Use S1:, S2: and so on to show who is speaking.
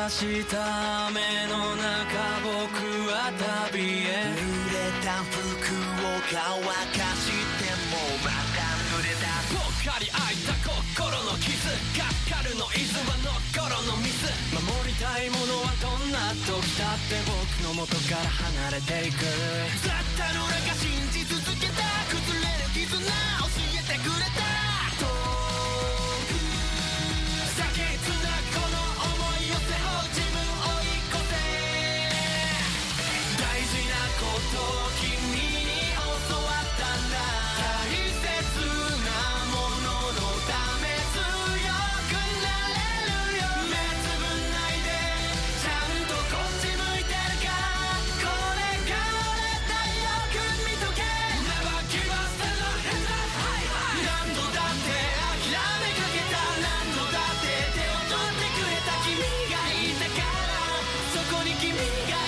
S1: した雨の中僕は旅へ。
S2: 濡れた服を乾かしてもまた濡れた。
S1: ぽっかり開いた心の傷、かかるの傷は残ろのミス。守りたいものはどんな時だって僕の元から離れていく。ずっとの中信じ続けた崩れる絆教えてくれた。遠く先つなこの想い寄せを自分追い越せ。大事なことを君に教わったんだ。大切なもののため強くなれるよ。目つぶんないでちゃんとこっち向いてるか。これが俺だよく見とけ。 Never give up stand up hands up high high。 何度だって諦めかけた。何度だって手を取ってくれた君がいたから。そこに君が